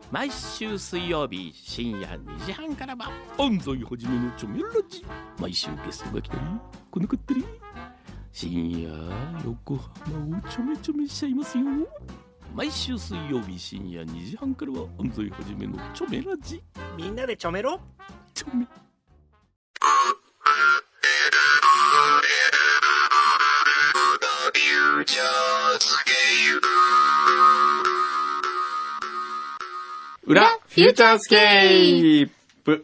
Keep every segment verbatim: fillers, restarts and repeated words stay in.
毎週水曜日深夜にじはんからは安西はじめのチョメラジ。毎週ゲストが来たり来なかったり、深夜横浜をちょめちょめしちゃいますよ。毎週水曜日深夜にじはんからは安西はじめのチョメラジ。 みんなでちょめろチョメ裏フューチャースケープ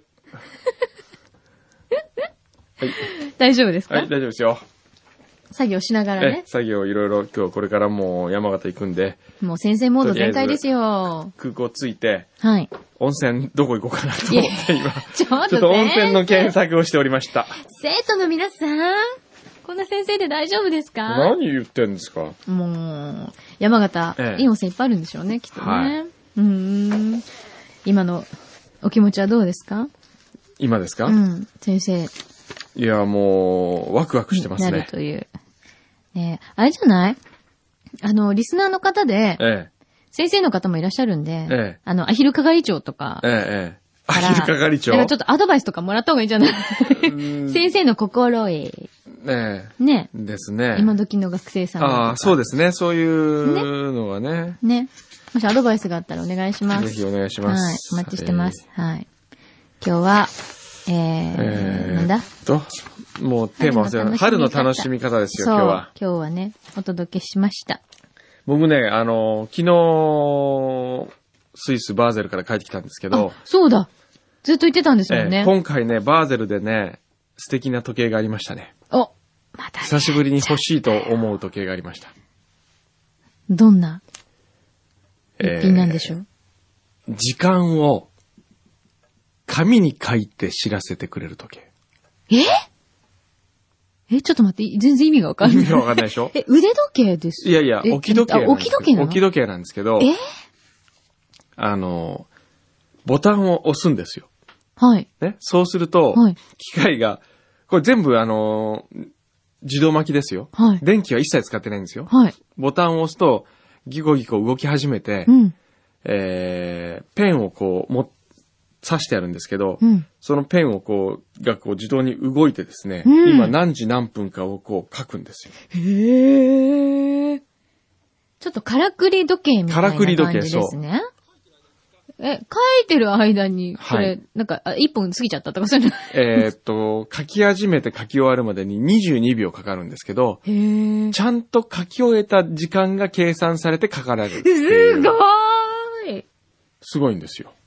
はい、 大丈夫ですか？ はい、大丈夫ですよ。 作業しながらね。 作業いろいろ今日これからもう山形行くんで。 もう先生モード全開ですよ。 空港着いて。 はい。 温泉どこ行こうかなと思って今。 ちょっとね。 ちょっと温泉の検索をしておりました。 生徒の皆さん、こんな先生で大丈夫ですか？ 何言ってんですか？ もう、山形、ええ、いい温泉いっぱいあるんでしょうね、きっとね。はい、うーん。今のお気持ちはどうですか？ 今ですか？ うん。先生。 いや、もう、ワクワクしてますね。 なるという。ねえ、あれじゃない？あの、リスナーの方で、ええ、先生の方もいらっしゃるんで、ええ、あの、アヒル係長とか、ええ、 アヒル係長。 だからちょっとアドバイスとかもらった方がいいんじゃない？先生の心得。 ねえ。 ね。 ですね。 今時の学生さん。 ああ、そうですね。そういうのがね。 ね。ね。もしアドバイスがあったらお願いします。 ぜひお願いします。 はい。お待ちしてます。えー、はい。今日は、えー、えー、なんだと、もうテーマは春の楽しみ方ですよ、今日は。 今日はね、お届けしました。 僕ね、あの、昨日、スイスバーゼルから帰ってきたんですけど。 そうだ。ずっと言ってたんですもんね。 えー、今回ね、バーゼルでね、素敵な時計がありましたね。 お、また、ね。 久しぶりに欲しいと思う時計がありました。 どんな一品なんでしょう、 えー、時間を紙に書いて知らせてくれる時計。 ええ、ちょっと待って、全然意味がわかんない。 意味がわかんないでしょ？ え、腕時計です。 いやいや、置き時計。 置き時計なの？ 置き時計なんですけど、 えあの、ボタンを押すんですよ。 はい。 ね、そうすると、はい、機械が、これ全部あの、自動巻きですよ。はい。電気は一切使ってないんですよ。はい。ボタンを押すと、ギコギコ動き始めて、うん、えー、ペンをこう、も、刺してあるんですけど、うん、そのペンをこう、がこう自動に動いてですね、うん、今何時何分かをこう書くんですよ。 へー。ちょっとからくり時計みたいな感じですね。からくり時計、そう。え、書いてる間に、これ、はい、なんか、いっぷん過ぎちゃったとかそういうのえーっと、書き始めて書き終わるまでににじゅうにびょうかかるんですけど、へー、ちゃんと書き終えた時間が計算されて書かれるっていう。 すごーい。 すごいんですよ。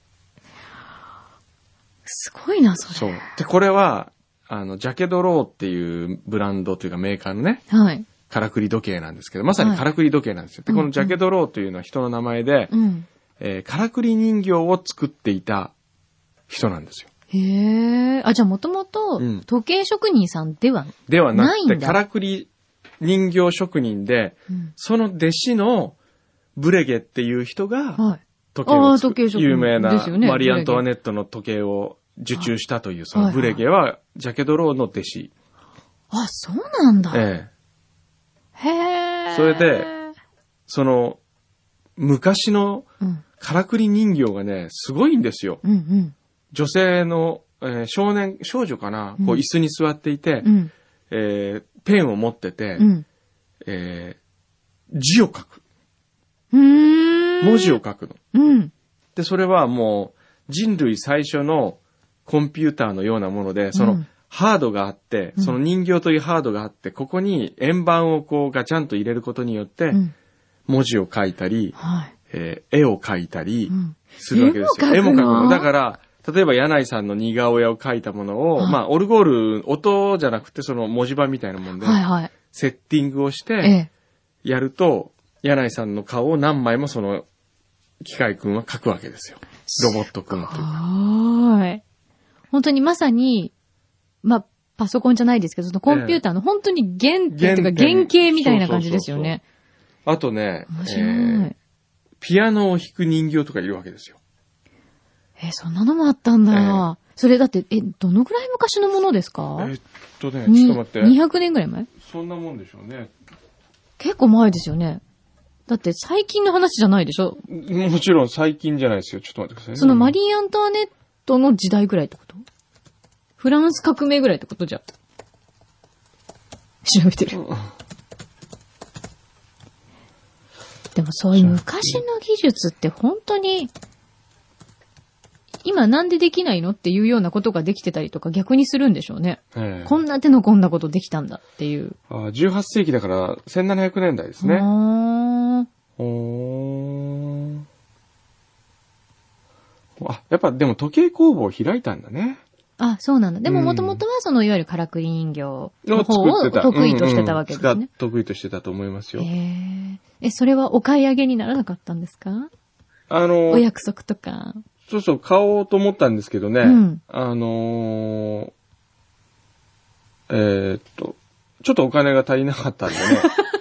すごいな、それ。 そう。で、これは、あの、ジャケドローっていうブランドというかメーカーのね、はい。からくり時計なんですけど、まさにからくり時計なんですよ。はい、で、このジャケドローというのは人の名前で、うんうん、えー、からくり人形を作っていた人なんですよ。 へえ。あ、じゃあもともと、時計職人さんではないんだ。 ではなくて、からくり人形職人で、うん、その弟子のブレゲっていう人が、はい、時計を作る、有名なマリー・アントワネットの時計を受注したという、そのブレゲは、ジャケドローの弟子。 あ、そうなんだ。 ええ。へえ。 それで、その、昔のからくり人形がね、すごいんですよ。うんうん、女性の、えー、少年、少女かな、うん、こう椅子に座っていて、うん、えー、ペンを持ってて、うん、えー、字を書く。 うーん、 文字を書くの。 うん。 で、それはもう人類最初のコンピューターのようなもので、そのハードがあって、うん、その人形というハードがあって、ここに円盤をこうガチャンと入れることによって、うん、文字を書いたり、はい、えー、絵を描いたりするわけですよ。うん、絵も描くの。だから、例えば柳井さんの似顔絵を描いたものを、はい、まあ、オルゴール、音じゃなくてその文字盤みたいなもんで、はいはい、セッティングをして、やると、柳井さんの顔を何枚もその機械くんは描くわけですよ。ロボットくんというか。 はい。本当にまさに、まあ、パソコンじゃないですけど、そのコンピューターの本当に原点というか原型みたいな感じですよね。 あとね、 面白い、えー、 ピアノを弾く人形とかいるわけですよ。 えー、そんなのもあったんだ。えー、それだって、え、どのぐらい昔のものですか？ えー、っとね、ちょっと待って。 にひゃくねんぐらい前？ そんなもんでしょうね。 結構前ですよね。 だって最近の話じゃないでしょ？ もちろん最近じゃないですよ。ちょっと待ってくださいね。 そのマリー・アントワネットの時代ぐらいってこと？フランス革命ぐらいってことじゃ。調べてる。うん、でもそういう昔の技術って本当に、今なんでできないのっていうようなことができてたりとか逆にするんでしょうね。ええ、こんな手の込んだことできたんだっていう。 あ、じゅうはっせいきだからせんななひゃくねんだいですね。ああ、やっぱでも時計工房を開いたんだね。 あ、そうなんだ。でももともとはそのいわゆるからくり人形の方を得意としてたわけですね。うんうん、 得意としてたと思いますよ。 ええ、それはお買い上げにならなかったんですか？あの、お約束とか。 そうそう、買おうと思ったんですけどね。うん、あのー、えー、っと、ちょっとお金が足りなかったんでね。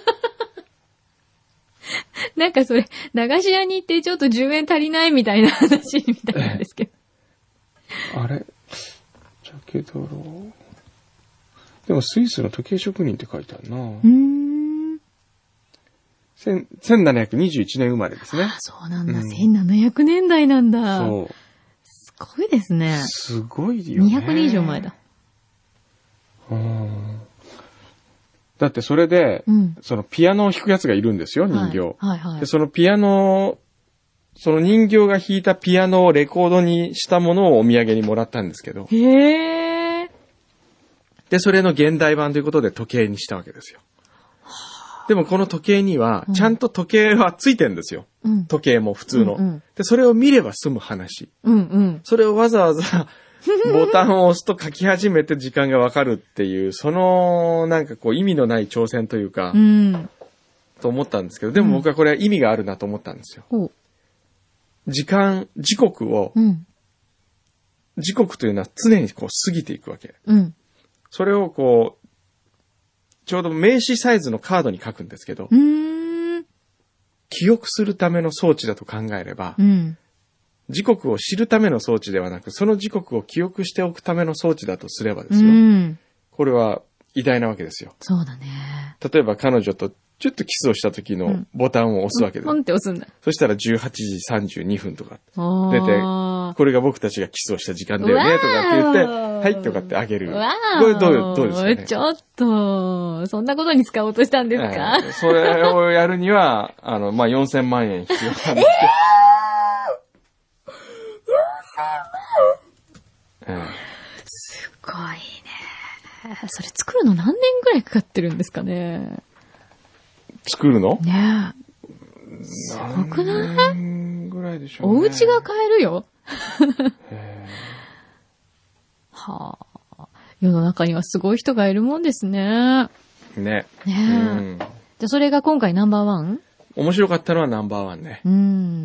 なんかそれ、駄菓子屋に行ってちょっとじゅうえん足りないみたいな話みたいなんですけど。 あれジャケだろう。でもスイスの時計職人って書いてあるな。うーん。せんななひゃくにじゅういちねん生まれですね。あ、 そうなんだ。うん、せんななひゃくねんだいなんだ。そう。すごいですね。 すごいよね。 にひゃくねん以上前だ。 うん。だってそれで、うん、そのピアノを弾くやつがいるんですよ、人形。はいはいはい、でそのピアノ、その人形が弾いたピアノをレコードにしたものをお土産にもらったんですけど。へー。で、それの現代版ということで時計にしたわけですよ。でもこの時計には、ちゃんと時計はついてるんですよ。うん、時計も普通の、うんうん。で、それを見れば済む話。うんうん、それをわざわざ、ボタンを押すと書き始めて時間がわかるっていう、その、なんかこう意味のない挑戦というか、うん、と思ったんですけど、でも僕はこれは意味があるなと思ったんですよ。うん、時間、時刻を、うん、時刻というのは常にこう過ぎていくわけ。うん、それをこう、ちょうど名刺サイズのカードに書くんですけど、うーん、記憶するための装置だと考えれば、うん、時刻を知るための装置ではなく、その時刻を記憶しておくための装置だとすればですよ。うん、これは偉大なわけですよ。 そうだね。 例えば彼女とちょっとキスをした時のボタンを押すわけです。 ポンって押すんだ。 そしたらじゅうはちじさんじゅうにふんとか出て、これが僕たちがキスをした時間だよねとかって言って、はいとかってあげる。これどう、どうですかね。 ちょっと、そんなことに使おうとしたんですか、 えー、それをやるには、あの、まあ、よんせんまんえん必要なんですけど。えーすごいね。それ作るの何年ぐらいかかってるんですかね。 作るの？ ねえ。すごくない？ 何年ぐらいでしょうね。 お家が買えるよ。はあ。世の中にはすごい人がいるもんですね。 ね。ねえ。うん、 じゃあそれが今回ナンバーワン？ 面白かったのはナンバーワンね。うん。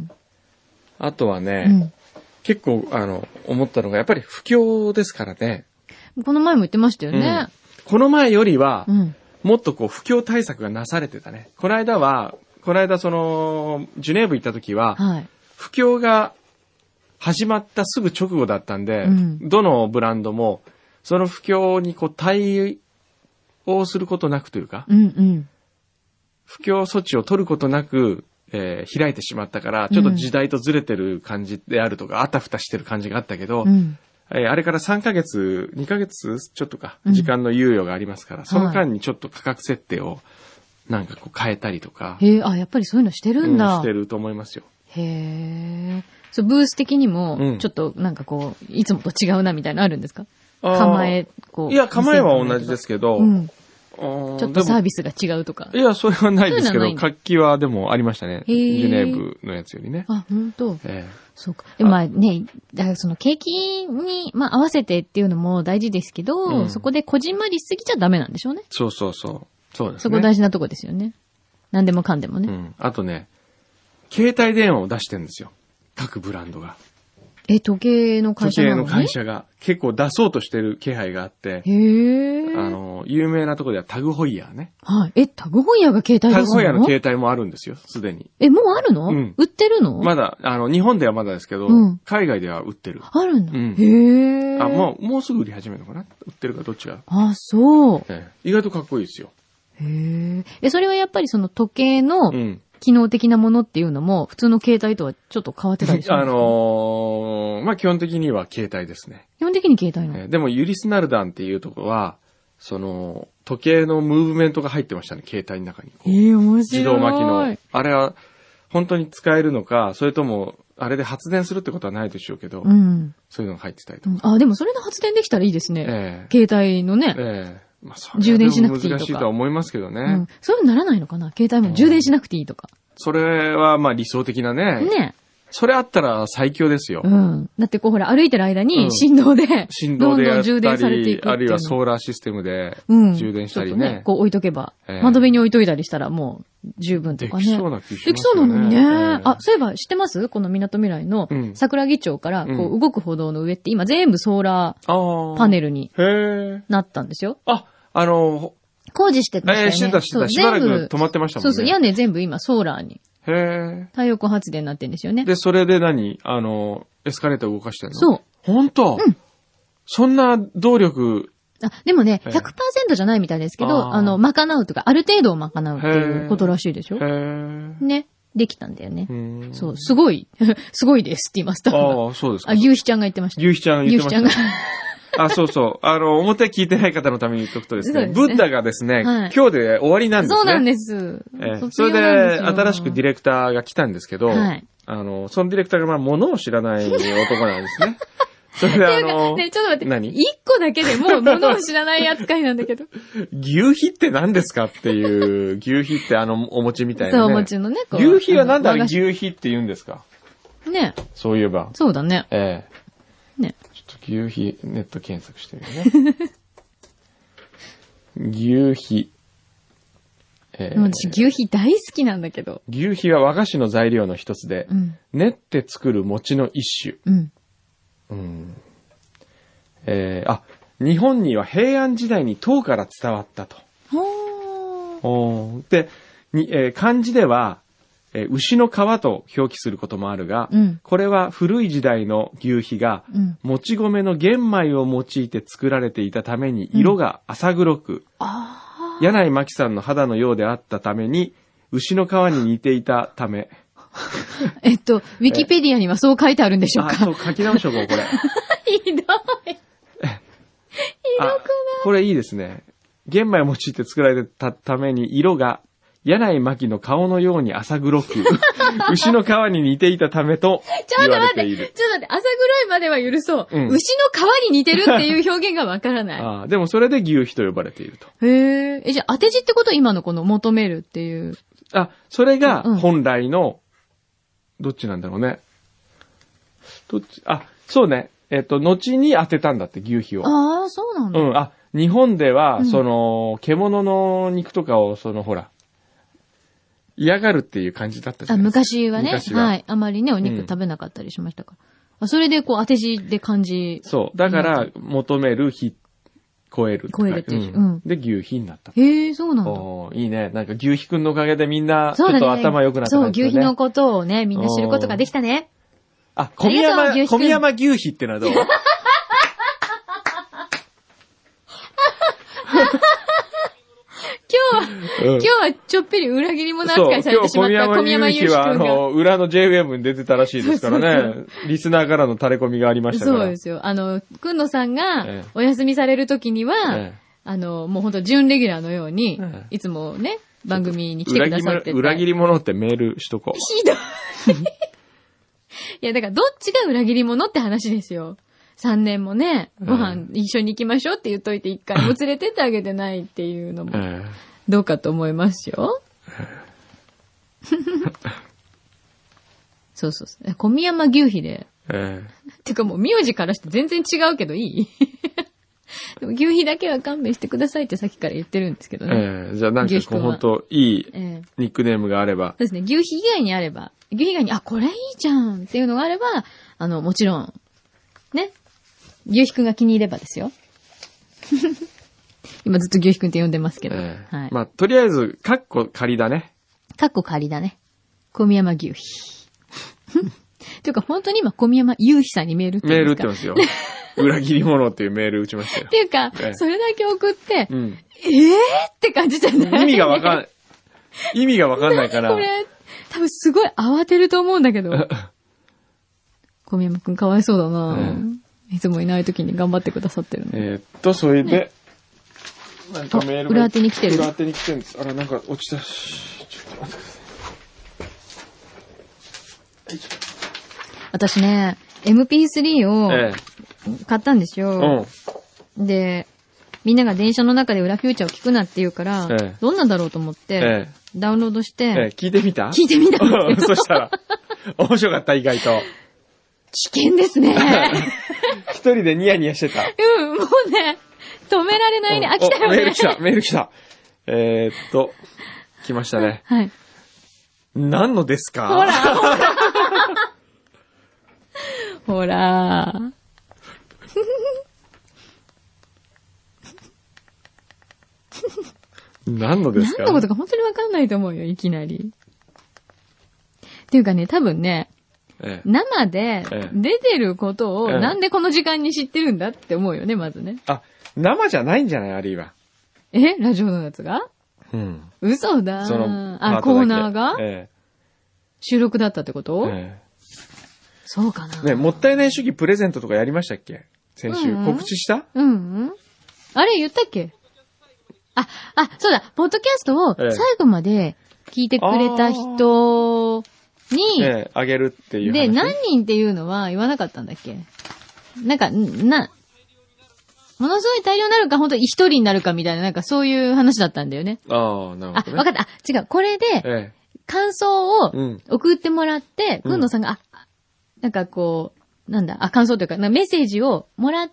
あとはね、うん、結構、あの、思ったのが、やっぱり不況ですからね。 この前も言ってましたよね。 うん、この前よりは、うん、もっとこう、不況対策がなされてたね。この間は、この間その、ジュネーブ行った時は、はい、不況が始まったすぐ直後だったんで、うん、どのブランドも、その不況にこう、対応することなくというか、うんうん、不況措置を取ることなく、えー、開いてしまったから、ちょっと時代とずれてる感じであるとか、うん、あたふたしてる感じがあったけど、うんえー、あれからさんかげつ、にかげつちょっとか、時間の猶予がありますから、うん、その間にちょっと価格設定をなんかこう変えたりとか。 へえ、あ、やっぱりそういうのしてるんだ。 うん、してると思いますよ。 へえ。そう、ブース的にも、ちょっとなんかこう、いつもと違うなみたいなのあるんですか？構え、こう。 いや、構えは同じですけど、うんちょっとサービスが違うとか。 いや、それはないですけど、活気はでもありましたね。ジュネーブのやつよりね。 あ、本当。ええ、そうか。でもまあね、だからその景気に、まあ合わせてっていうのも大事ですけど、うん、そこでこじんまりしすぎちゃダメなんでしょうね。 そうそうそう。そうですね。 そこ大事なとこですよね。何でもかんでもね。 うん。あとね、携帯電話を出してるんですよ。各ブランドが。 え、時計の会社なのに？ 時計の会社が結構出そうとしてる気配があって、へー。あの、有名なところではタグホイヤーね。 はい。え、タグホイヤーが携帯出すの？ タグホイヤーの携帯もあるんですよ、すでに。 え、もうあるの？うん。売ってるの？ まだ、あの、日本ではまだですけど、うん、海外では売ってる。 あるんだ。うん、へー。 あ、もう、もうすぐ売り始めるのかな？売ってるかどっちが。 あ、そう。 ええ、意外とかっこいいですよ。 へー。え、それはやっぱりその時計の、うん、 機能的なものっていうのも、普通の携帯とはちょっと変わってたりしますか？ あのー、まあ、基本的には携帯ですね。 基本的に携帯の。 えーでも、ユリスナルダンっていうところは、その、時計のムーブメントが入ってましたね、携帯の中に。 えー、面白い。 自動巻きの。あれは、本当に使えるのか、それとも、あれで発電するってことはないでしょうけど、 うん。 そういうのが入ってたりとか。 あ、でもそれで発電できたらいいですね。 ええ携帯のね。 ええまあ、それは充電しなくていいとか難しいとは思いますけどね。 うん。そういうのならないのかな？携帯も充電しなくていいとか。 それはまあ理想的なね。 ね。 それあったら最強ですよ。 うん。だってこうほら歩いてる間うにん振動で、 振動でやっどんどん充電さたり、 れていくっていうの。 あるいはソーラーシステムでうん。 充電したりちょっとね。 こう置いとけば、 ええ窓辺に置いといたりしたらもう十分とかね。 できそうな気しますよね。 できそうなのにね。 ええあ、そういえば知ってますこの港未来のうん桜木町からこうう動く歩道の上って今全部ソーラーああ。 パネルにへえ。 なったんですよ。 あ、あの、 工事してましたよね。 ええしてたしてた。 そうしばらく全部止まってましたもんね。 そうそう、屋根全部今ソーラーに。 へえ。 太陽光発電になってるんですよね。 で、それで何あの、エスカレーター動かしてんのそう。 本当うんそんな動力、 あ、でもね、 ええひゃくパーセントじゃないみたいですけど、 あーあの、賄うとか、ある程度を賄うっていうことらしいでしょへえ。 ね。できたんだよね。 うんそう、すごい、すごいですって言いました。 ああ、そうですか。 あ、牛皮ちゃんが言ってました。 牛皮ちゃんが言ってました。 牛皮ちゃんが。 あ、そうそう。あの、表聞いてない方のために言っとくとですね、 そうですねブッダがですね、 はい今日で終わりなんですね。 そうなんです。 ええ卒それ業なんで、 すよ新しくディレクターが来たんですけど、 はいあの、そのディレクターがまあ、物を知らない男なんですね。それであの、 ね、ちょっと待って。 何一個だけでもう物を知らない扱いなんだけど。 牛皮って何ですかっていう、牛皮ってあの、お餅みたいな、ね。 そう、お餅のね、こう牛皮はなんであれ和菓子牛皮って言うんですかね。 そういえば。 そうだね。 ええ。 ね。 ちょっと牛皮、ネット検索してみるね。牛皮。えーもう私、牛皮大好きなんだけど。 牛皮は和菓子の材料の一つで、 うん。 練って作る餅の一種。 うん。 うんえーあ、日本には平安時代に唐から伝わったと。 ほー。 おーで、にえー漢字では、えー牛の皮と表記することもあるが、 うんこれは古い時代の牛皮が、 うん。 もち米の玄米を用いて作られていたために色が浅黒く、 あ柳井真紀さんの肌のようであったために、牛の皮に似ていたため。 ー。えっと、ウィキペディアにはそう書いてあるんでしょうあ、 か。 そう、書き直しとこう、これ。 ひどい。 あ、これいいですね。玄米を用いて作られたために、色が、柳井真紀の顔のように浅黒く、牛の皮に似ていたためとちょっ言わと待って、 れている。 ちょっと待って、朝黒いまでは許そう。 うん牛の皮に似てるっていう表現がわからない。 あでもそれで牛皮と呼ばれていると。 へえ。え、じゃあ当て字ってこと今のこの求めるっていう。 あ、それがうん本来の、どっちなんだろうね。どっち、あ、そうね。えっと、後に当てたんだって、牛皮を。 ああ、そうなんだ。 うん、あ、日本では、 うんその、獣の肉とかを、その、ほら、嫌がるっていう感じだったじゃあ、 ないですか。 昔はね。 昔ははい。あまりね、お肉うん食べなかったりしましたから。あそれでこう当て字で漢字。 そう。だから、求める日、超える。 超えるっていううんうんで、牛皮になった。 へえ、そうなんだ。 おーいいね。なんか牛皮くんのおかげでみんな、ちょっそうだね。 と頭良くなったそう、 感じだね。 牛皮のことをね、みんな知ることができたね。 あ、小宮ありがとう山、 牛皮くん小宮山牛皮ってのはどう今日は、 うん今日はちょっぴり裏切り者扱いされてしまった小宮山雄雄飛は、あ飛君が。 の、裏の ジェイウェブに出てたらしいですからそうね。リスナーからの垂れ込みがありましたから。 そうですよ。あの、くんのさんがええお休みされるときには、 ええあの、もうほんと準レギュラーのように、 ええいつもね、番組に来てくださってて。 裏切り者ってメールしとこう。 ひどい。いや、だからどっちが裏切り者って話ですよ。三年もね、ご飯一緒に行きましょうって言っといて一回も連れてってあげてないっていうのも、 えどうかと思いますよ。そうそうそう。小宮山牛皮で。 ええてかもう名字からして全然違うけどいいでも牛皮だけは勘弁してくださいってさっきから言ってるんですけどね。 ええじゃあなんかこう牛皮くんは本当いいええニックネームがあれば。 そうですね。牛皮以外にあれば、牛皮以外に、あ、これいいじゃんっていうのがあれば、あの、もちろん、ね。牛皮くんが気に入ればですよ。今ずっと牛皮くんって呼んでますけど。 ええはい。 まあ、とりあえず、カッコ仮だね。 かっこ仮だね。小宮山牛皮。ていうか本当に今小宮山雄飛さんにメール打ってメーるんですかル打ってますよ。裏切り者っていうメール打ちましたよっ。ていうか、 ええそれだけ送って、 うん。 えーって感じじゃない意味がわかんない。意味がわかんないから。 これ、 多分すごい慌てると思うんだけど。小宮山くんかわいそうだな、うん、いつもいない時に頑張ってくださってるの。 えー、っと、それで、ね、なんかメールが裏手に来てる。 裏手に来てるんです。あら、なんか落ちたし。ちょっと待ってください。 私ね、エムピースリー を買ったんですよ。ええ、で、みんなが電車の中で裏フューチャーを聞くなって言うから、ええ、どんなんだろうと思って、ええ、ダウンロードして、ええ、聞いてみた？ 聞いてみたんですよ。そしたら、面白かった、意外と。 危険ですね。 一人でニヤニヤしてた。 うん、もうね、止められないね。あ、来たよね。 メール来た、メール来た。えー、っと、来ましたね。 はい。 何のですか？ ほら、ほら。ほら。 何のですか？ 何のことか本当にわかんないと思うよ、いきなり。っていうかね、多分ね、ええ、生で出てることをなんでこの時間に知ってるんだって思うよね、まずね。 あ、生じゃないんじゃない？あるいは。 え？ラジオのやつが？ うん。 嘘だ。その、あ、コーナーが、ええ、収録だったってこと？ええ、そうかな。 ね、もったいない主義プレゼントとかやりましたっけ？先週。うんうん、告知した？ うんうん。あれ言ったっけ？あ、あ、そうだ。ポッドキャストを最後まで聞いてくれた人に、 ええ、あげるっていう話。 で、何人っていうのは言わなかったんだっけ？なんか、な、ものすごい大量になるか、本当に一人になるかみたいな、なんかそういう話だったんだよね。 ああ、なるほど、ね。 あ、わかった。あ、違う。これで、ええ、感想を送ってもらって、くんのさんが、あ、なんかこう、なんだ、あ、感想というか、メッセージをもらって、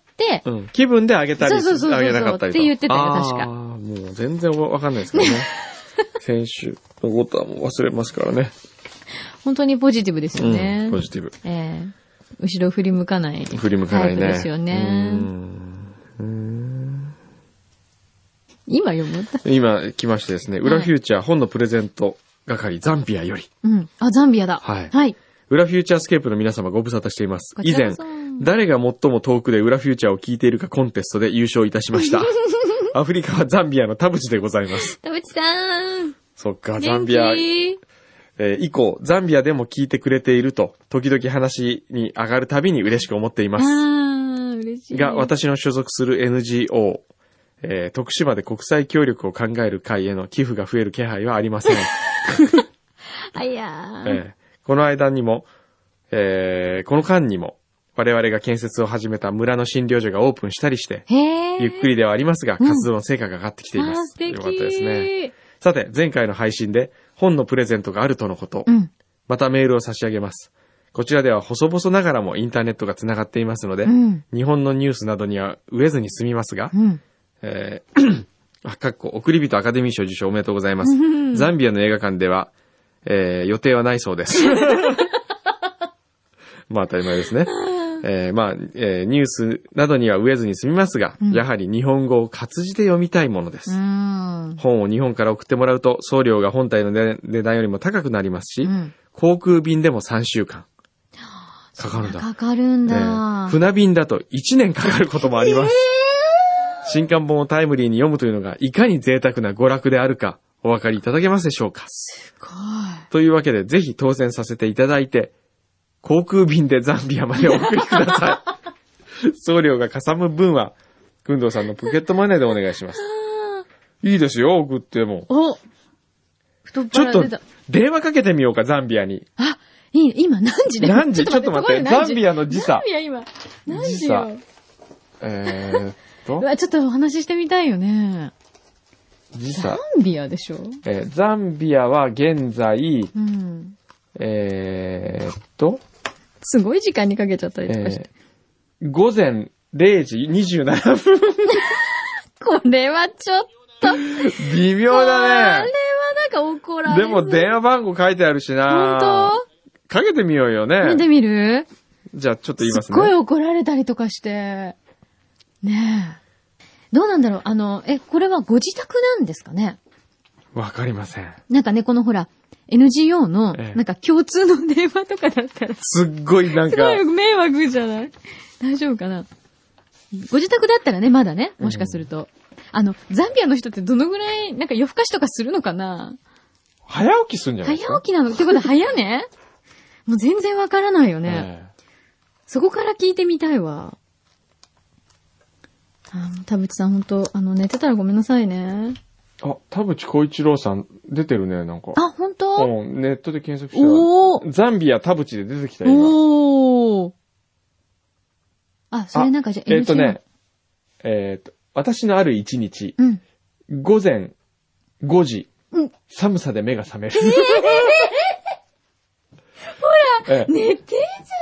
うん、気分であげたり、 そうそうそうそう、 あげなかったりと。 って言ってたよ、確か。 ああ、もう全然わかんないですからね。先週のことはもう忘れますからね。 本当にポジティブですよね。 うん、ポジティブ。 ええー、後ろ振り向かない。 振り向かないね。 ですよね。うーん、今読む？ 今来ましてですね、裏フューチャー本のプレゼント係ザンビアより。 うん。あ、ザンビアだ。 はい。 はい。 裏フューチャースケープの皆様ご無沙汰しています。以前、誰が最も遠くで裏フューチャーを聞いているかコンテストで優勝いたしました。アフリカはザンビアの田淵でございます。 田淵さん。 そっか、ザンビア。えー、以降、ザンビアでも聞いてくれていると、時々話に上がるたびに嬉しく思っています。 あー、嬉しい。 が、私の所属する エヌジーオー、えー、徳島で国際協力を考える会への寄付が増える気配はありません。 あいやー。 えーこの間にも、えー、この間にも、我々が建設を始めた村の診療所がオープンしたりして、ゆっくりではありますが、活動の成果が上がってきています。 うん、 よかったですね。さて、前回の配信で本のプレゼントがあるとのこと、うん、またメールを差し上げます。こちらでは細々ながらもインターネットがつながっていますので、うん、日本のニュースなどには飢えずに済みますが、うん、えー、あ、かっこ、送り人アカデミー賞受賞おめでとうございます。ザンビアの映画館では、えー、予定はないそうです。まあ当たり前ですね。えー、まあ、えー、ニュースなどには飢えずに済みますが、うん、やはり日本語を活字で読みたいものです。本を日本から送ってもらうと送料が本体の値段よりも高くなりますし、うん、航空便でもさんしゅうかんかかるんだ。 かかるんだ、えー。船便だといちねんかかることもあります。えー、新刊本をタイムリーに読むというのがいかに贅沢な娯楽であるか、お分かりいただけますでしょうか。 すごい。 というわけで、ぜひ当選させていただいて、航空便でザンビアまでお送りください。送料がかさむ分は、くんどうさんのポケットマネーでお願いします。いいですよ、送っても。 お太っ腹出た。 ちょっと、電話かけてみようか、ザンビアに。 あ、いい、今何時だよ。 何時ちょっと待って、ザンビアの時差。 ザンビア今、何時よ。 えーっと。 うわ、ちょっとお話ししてみたいよね。 時差。 ザンビアでしょ、 えー、ザンビアは現在、うん、えーっと。 すごい時間にかけちゃったりとかして。 えー、午前れいじにじゅうななふん。 これはちょっと。 微妙だね。これはなんか怒られる。 でも電話番号書いてあるしな。 本当？かけてみようよね。 見てみる？ じゃあちょっと言いますね。 すっごい怒られたりとかして。ねえ。どうなんだろう、あの、え、これはご自宅なんですかね？ わかりません。 なんかね、このほら、エヌジーオー の、なんか共通の電話とかだったら。 すっごいなんか。 すごい迷惑じゃない？大丈夫かな？ご自宅だったらね、まだね、もしかすると。うん、あの、ザンビアの人ってどのぐらい、なんか夜更かしとかするのかな？ 早起きするんじゃないですか？ 早起きなのってことは早ねもう全然わからないよね、えー。そこから聞いてみたいわ。あ、田淵さん本当あの、寝てたらごめんなさいね。 あ、田淵小一郎さん出てるね、なんか。 あ、本当？ うん、ネットで検索したら。おー。ザンビア田淵で出てきたよ、今。 おー。あ、それなんかじゃ、 えっとね、えっと、私のある一日、うん、午前ごじ、うん、寒さで目が覚める。えー、 ほら、ええ、寝てんじゃないの、この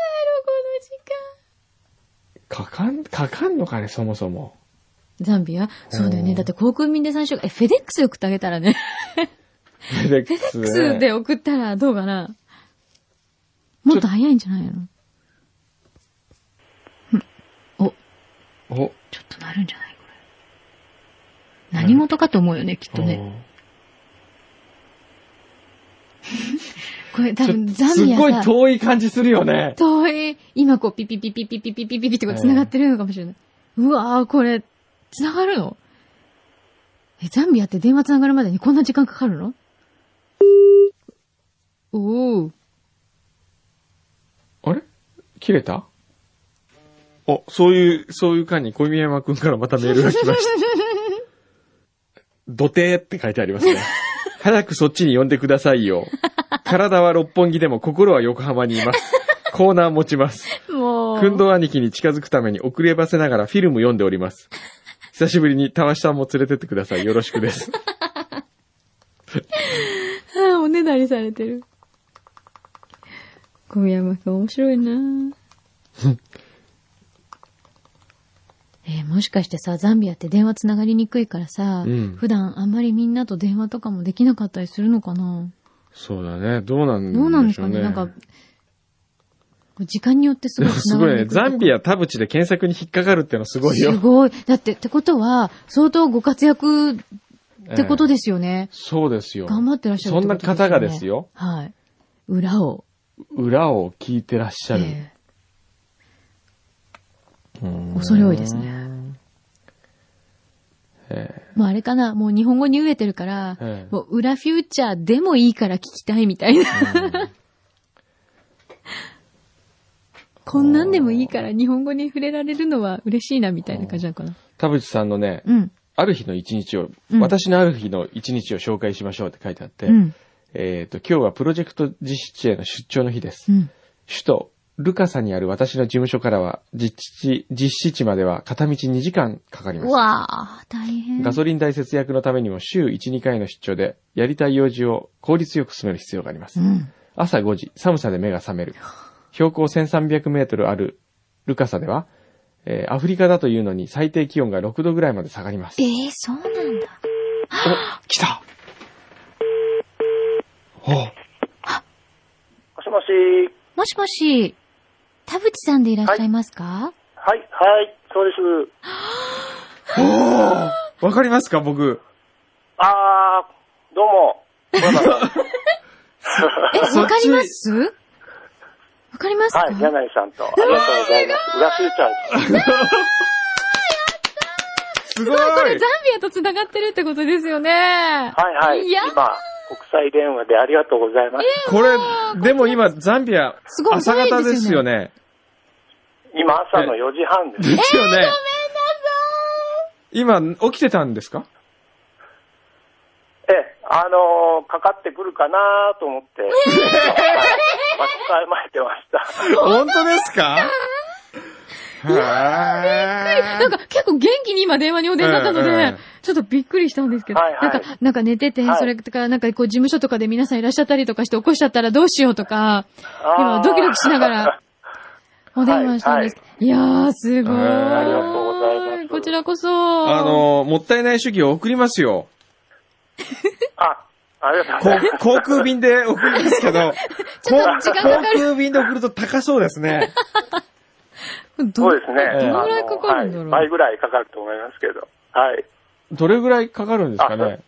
時間。かかん、かかんのかね、そもそも。 ザンビア？そうだよね。だって航空便で最初、え、フェデックスで送ってあげたらね。 フェデックス、ね。 フェデックスで送ったらどうかな？もっと早いんじゃないの？お。 お。 ちょっとなるんじゃないこれ。何事かと思うよね、きっとね。これ多分ザンビアさ。 すごい遠い感じするよね。 遠い。今こうピピピピピピピピピピってこう繋がってるのかもしれない。うわぁ、これ、繋がるの？え、ザンビアって電話繋がるまでにこんな時間かかるの？おー。 あれ？切れた？お、そういう、そういう間に小宮山くんからまたメールが来ました。土手って書いてありますね。早くそっちに呼んでくださいよ。体は六本木でも心は横浜にいます。コーナー持ちます。 もう。 くんど兄貴に近づくために遅ればせながらフィルム読んでおります。久しぶりにたわしさんも連れてってください。よろしくです。 ああ、おねだりされてる。小宮山くん面白いなえー、もしかしてさ、ザンビアって電話つながりにくいからさ、うん、普段あんまりみんなと電話とかもできなかったりするのかな？ そうだね。どうなんでしょうね。 どうなんですかね。なんか、時間によってすごいつながりにくい。 すごいね。ザンビア田淵で検索に引っかかるってのはすごいよ。 すごい。だって、ってことは、相当ご活躍ってことですよね。 えー、そうですよ。 頑張ってらっしゃるってことですよね。 そんな方がですよ。 はい。裏を。 裏を聞いてらっしゃる。えー、恐れ多いですね。えー、もうあれかな、もう日本語に飢えてるから、えー、もう裏フューチャーでもいいから聞きたいみたいな。こんなんでもいいから日本語に触れられるのは嬉しいなみたいな感じなのかな。 田淵さんのね、うん、ある日の一日を、うん、私のある日の一日を紹介しましょうって書いてあって、うん、えっと、今日はプロジェクト実施地への出張の日です。うん、首都ルカサにある私の事務所からは実地、実施地までは片道にじかんかかります。 うわぁ、大変。 ガソリン代節約のためにも週いち、にかいの出張でやりたい用事を効率よく進める必要があります。うん、朝ごじ、寒さで目が覚める。標高せんさんびゃくメートルあるルカサでは、えー、アフリカだというのに最低気温がろくどぐらいまで下がります。 えー、そうなんだ。 お、来た。お。もしもし。 もしもし。田淵さんでいらっしゃいますか？はい、 はい、はい、そうです。 おー、わかりますか、僕。 あー、どうも。 え、わかりますわかりますか？ はい、柳井さんと。ありがとうございます。裏フューチャーです。 すごい。これザンビアと繋がってるってことですよね。 はいはい。いや今、国際電話でありがとうございます。 えー、これ、でも今、ザンビア、朝方ですよね。 今、朝のよじはんです。 ですよね。 えー、ごめんなさい。今、起きてたんですか？ ええ、あのー、かかってくるかなと思って、待ち構えてました。 本当ですか？ うわー、なんか結構元気に今電話にお出になったので、えー、ちょっとびっくりしたんですけど、はいはい、なんか、なんか寝てて、はい、それとか、なんかこう事務所とかで皆さんいらっしゃったりとかして起こしちゃったらどうしようとか、今ドキドキしながらお電話したんです。はいはい、いやー、すごい。 ありがとうございます。 こちらこそ。 あのー、もったいない主義を送りますよ。 あ、ありがとうございます。 航空便で送りますけど、 ちょっと時間かかる。 航空便で送ると高そうですね。 そうですね。 どのぐらいかかるんだろう、 はい、倍ぐらいかかると思いますけど。はい。 どれぐらいかかるんですかね？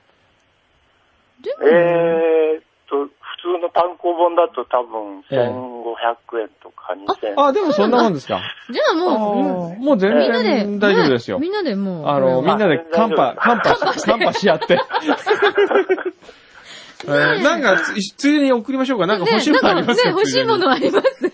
えーっと、普通の単行本だと多分せんごひゃくえんとかにせんえん。 あ、でもそんなもんですか？ じゃあもう、 もう全然大丈夫ですよ。 みんなでもう。 あの、みんなでカンパ、カンパ、カンパし合って。 えー、なんかつ、ついでに送りましょうか。なんか欲しいものありますか、 ね、ね、欲しいものあります。さん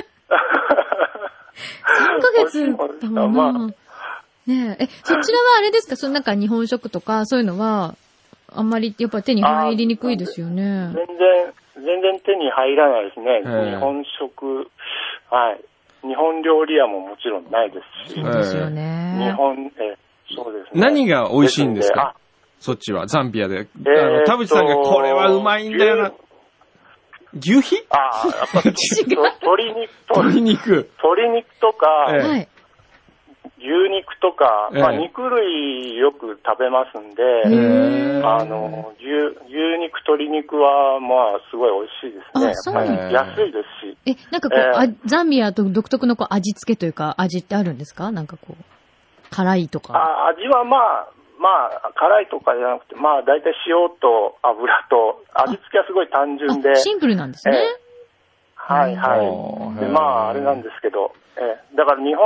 かげつだもんな。まあ、ねえ、え、そちらはあれですか、そのなんか日本食とかそういうのは、あんまりやっぱ手に入りにくいですよね。 全然、全然手に入らないですね。日本食、はい。日本料理屋ももちろんないですし。 そうですよね。 日本、え、そうですね。 何が美味しいんですか？そっちは、ザンビアで。 えー、 あの、田淵さんがこれはうまいんだよな。牛皮？ ああ、やっぱ鶏肉と、 鶏肉。 鶏肉とか、 ええ、 牛肉とか、まあ、 ええ、 肉類よく食べますんで、 えあの、牛、牛肉、鶏肉は、まあ、すごい美味しいですね。やっぱり安いですし。 え、なんかこう、えー、ザンビアと独特のこう味付けというか、味ってあるんですか？なんかこう、辛いとか。 あ、味はまあ、まあ、辛いとかじゃなくて、まあ、大体塩と油と、味付けはすごい単純で。 シンプルなんですね。 えー、はいはい。で、まあ、あれなんですけど、えー、だから日本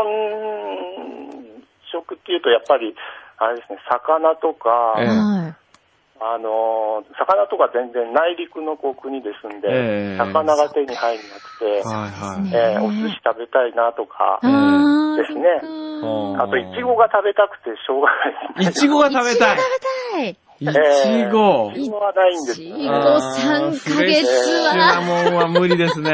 食っていうと、やっぱり、あれですね、魚とか、 えー、 あの、魚とか全然内陸のこう国ですんで、えー、魚が手に入らなくて、 はいはい、 えー、お寿司食べたいなとか、ですね。あと、いちごが食べたくてしょうがないですね。 いちごが食べたい。いちご。 いちごはないんですよ。 いちごさんかげつは。 なもんは無理ですね。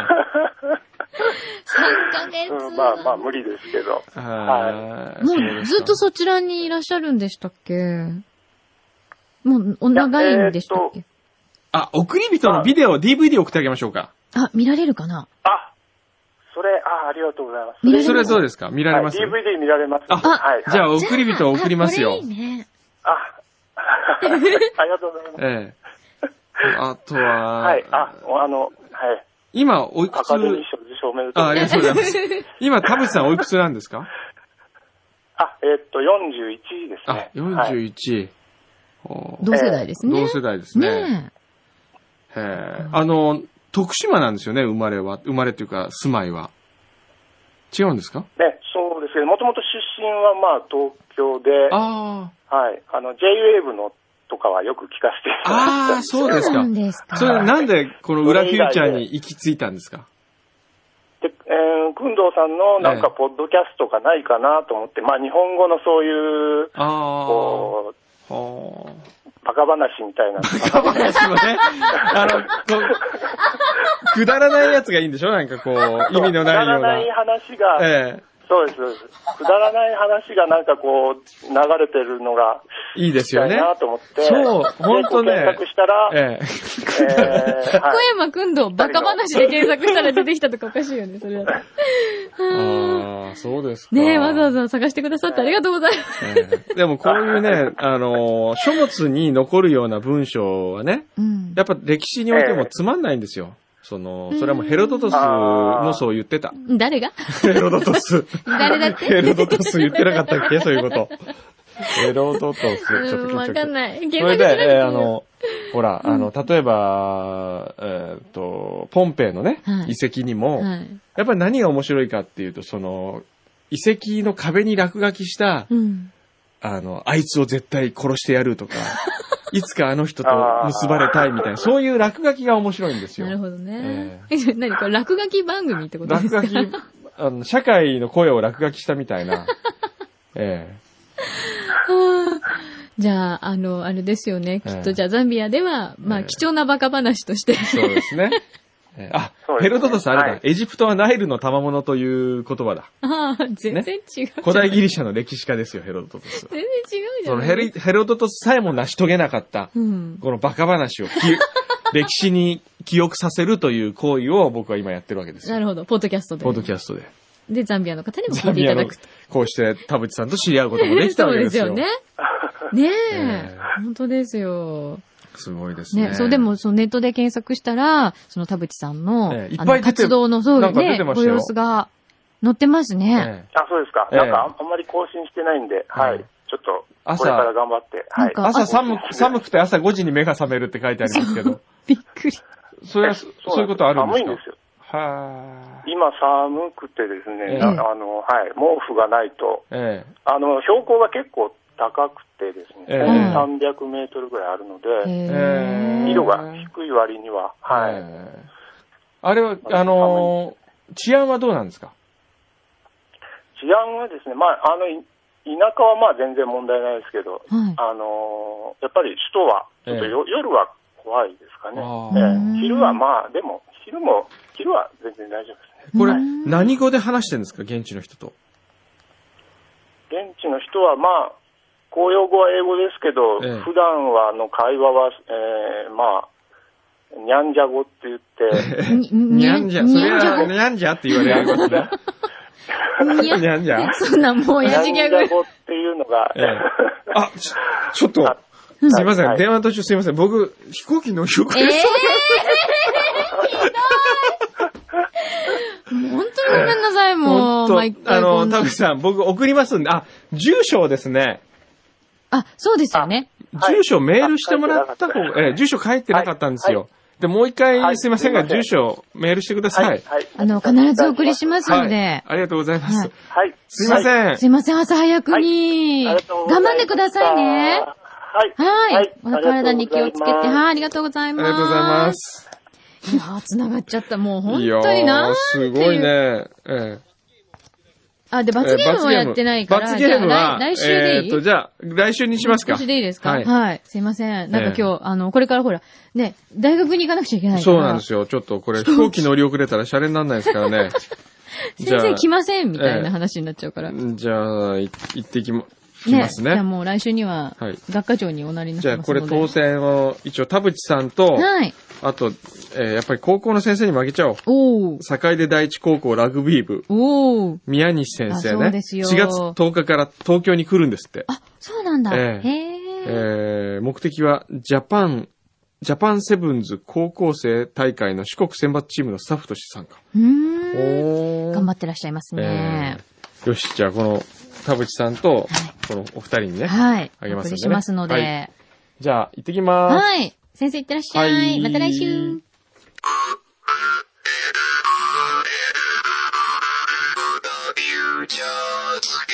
さんかげつ、うん、 まあまあ無理ですけど。 はい。もうずっとそちらにいらっしゃるんでしたっけ？もうお長いんでしたっけ？ えー、あ、送り人のビデオ、ディーブイディー 送ってあげましょうか。 あ、見られるかな？ あ、それ、あ、ありがとうございます。 それ、それはどうですか？見られます？ はい、ディーブイディー 見られます。 あ、はい。じゃあ送り人を送りますよ。 これいいね。 あ、ありがとうございます。 ええ。あとは、 はい、あ、あの、はい。 今、おいくつ？ アカデミー賞受賞おめでとうございます。あ、ありがとうございます。今、田淵さんおいくつなんですか？ あ、えー、っと、よんじゅういちですね。 あ、よんじゅういち。 はい、同世代ですね。 同世代ですね。ねえ。へえ。あの、徳島なんですよね、生まれは。生まれというか、住まいは。違うんですか？ ね、そうですけど、もともと出身はまあ、東京で、 ああ。はい。あの、J-ウェーブ のとかはよく聞かせていただいて。 ああ、そうですか。 そうですか。 それなんで、この裏フューチャーに行き着いたんですか？ で、えー、くんどうさんのなんか、ポッドキャストがないかなと思って、ええ、まあ、日本語のそういう、 あこう、バカ話みたいな。 バカ話もね。あの、こう、くだらないやつがいいんでしょ？なんかこう、意味のないような。くだらない話が、ええ、そうです、そうです。くだらない話がなんかこう、流れてるのが、 いいですよね。 なと思って。 そう、ほんとね。 検索したら、ええ。 えー、小山くんど、バカ話で検索したら出てきたとかおかしいよね、それは。 ああ、そうですか。 ねえ、わざわざ探してくださってありがとうございます。 えー、でもこういうね、あの、書物に残るような文章はね、うん、やっぱ歴史においてもつまんないんですよ。その、それはもうヘロドトスもそう言ってた。 誰がヘロドトス。 誰だってヘロドトス言ってなかったっけ？そういうこと。ヘロドトス。ちょっとわかんない。 それで、えー、あの、ほら、うん、あの、例えば、えっ、ー、と、ポンペイのね、はい、遺跡にも、はい、やっぱり何が面白いかっていうと、その、遺跡の壁に落書きした、うん、あの、あいつを絶対殺してやるとか、いつかあの人と結ばれたいみたいな、そういう落書きが面白いんですよ。 なるほどね。えー、何これ落書き番組ってことですか？ 落書き、あの、社会の声を落書きしたみたいな。ええー。じゃあ、あの、あれですよね。きっと、じゃあ、ザンビアでは、まあ、貴重なバカ話として。 そうですね。あ、ヘロドトスあれだ、はい。エジプトはナイルの賜物という言葉だ。 ああ、全然違う、ね。 古代ギリシャの歴史家ですよ、ヘロドトス。 全然違うじゃん。 そのヘリヘロドトスさえも成し遂げなかった、うん、このバカ話を歴史に記憶させるという行為を僕は今やってるわけですよ。 なるほど、ポッドキャストで。 ポッドキャストで。 で、ザンビアの方にも聞いていただくと。 こうして、田淵さんと知り合うこともできたわけですよ。 そうですよね。ねえ、えー、本当ですよ。 すごいですね。 ね、そう、でも、そのネットで検索したら、その田淵さんの、えー、いっぱい活動の、そうね、ご様子が載ってますね。 えー、あ、そうですか。なんか、あんまり更新してないんで、はい。ちょっと、これから頑張って。はい。 朝寒く、寒くて朝ごじに目が覚めるって書いてありますけど。 びっくり。 それは、そういうことあるんですか？ 寒いんですよ。 は今寒くてですね、えー、あの、はい、毛布がないと、えー、あの、標高が結構高くてですね、 えー、さんびゃくメートルぐらいあるので、 えー、 緯度が低い割には、はい。 えー、あれは、あのー、治安はどうなんですか？ 治安はですね、まあ、あの、田舎はまあ全然問題ないですけど、 はい、 あのー、やっぱり首都は、ちょっとよ、えー、夜は怖いですかね。えー、昼はまあ、でも、昼も、昼は全然大丈夫ですね。 これ、何語で話してるんですか、現地の人と。 現地の人はまあ、公用語は英語ですけど、ええ、普段はの会話は、えー、まあ、ニャンジャ語って言って、 ニャンジャ、それはニャンジャって言われることね。ニャンジャそんなもう親父ギャグ。 ニャンジャ語っていうのが、 ええ、あ、ちょ、ちょっと、すいません、はい、電話途中すいません。僕、飛行機乗り遅れそうな。 本当にごめんなさい、もう。 毎回あの、田口さん、僕送りますんで、あ、住所をですね。 あ、そうですよね。 住所メールしてもらった方が、えー、住所書いてなかったんですよ。はいはい、で、もう一回、はい、すいませんが、住所メールしてください。はいはい、 あの、必ずお送りしますので、はい。 ありがとうございます。はい。すいません。 はい、すいません、朝早くに。はい、頑張ってくださいね。 はい。 はい。お体に気をつけて、はい、ありがとうございます。 ありがとうございます。 いやー、繋がっちゃった。もう本当になんていう。 すごいね。ええ。 あ、で、罰ゲームはやってないから。 罰ゲームは、 来週でいい？ えっと、じゃあ、来週にしますか。 来週でいいですか？はい。はい。すいません。なんか今日、あの、これからほら、ね、大学に行かなくちゃいけないから。 そうなんですよ。ちょっとこれ、飛行機乗り遅れたらシャレにならないですからね。 先生来ませんみたいな話になっちゃうから。 じゃあ、行ってきま、来ますね。 じゃあもう来週には、学科長におなりになってますので。 じゃあこれ当選を、一応田淵さんと、 はい。 あと、えー、やっぱり高校の先生に負けちゃおう。 おー。 坂出第一高校ラグビー部。 おー。 宮西先生ね。 そうですよ。 しがつとおかから東京に来るんですって。 あ、そうなんだ。えー、へー。えー、目的は、ジャパン、ジャパンセブンズ高校生大会の四国選抜チームのスタッフとして参加。 うーん。おー。頑張ってらっしゃいますね。 えー、よし、じゃあこの、田淵さんと、このお二人にね。 はい。 あげますので、ね。 お送りしますので。はい、 じゃあ、行ってきまーす。 はい。先生行ってらっしゃい。はい、また来週。Just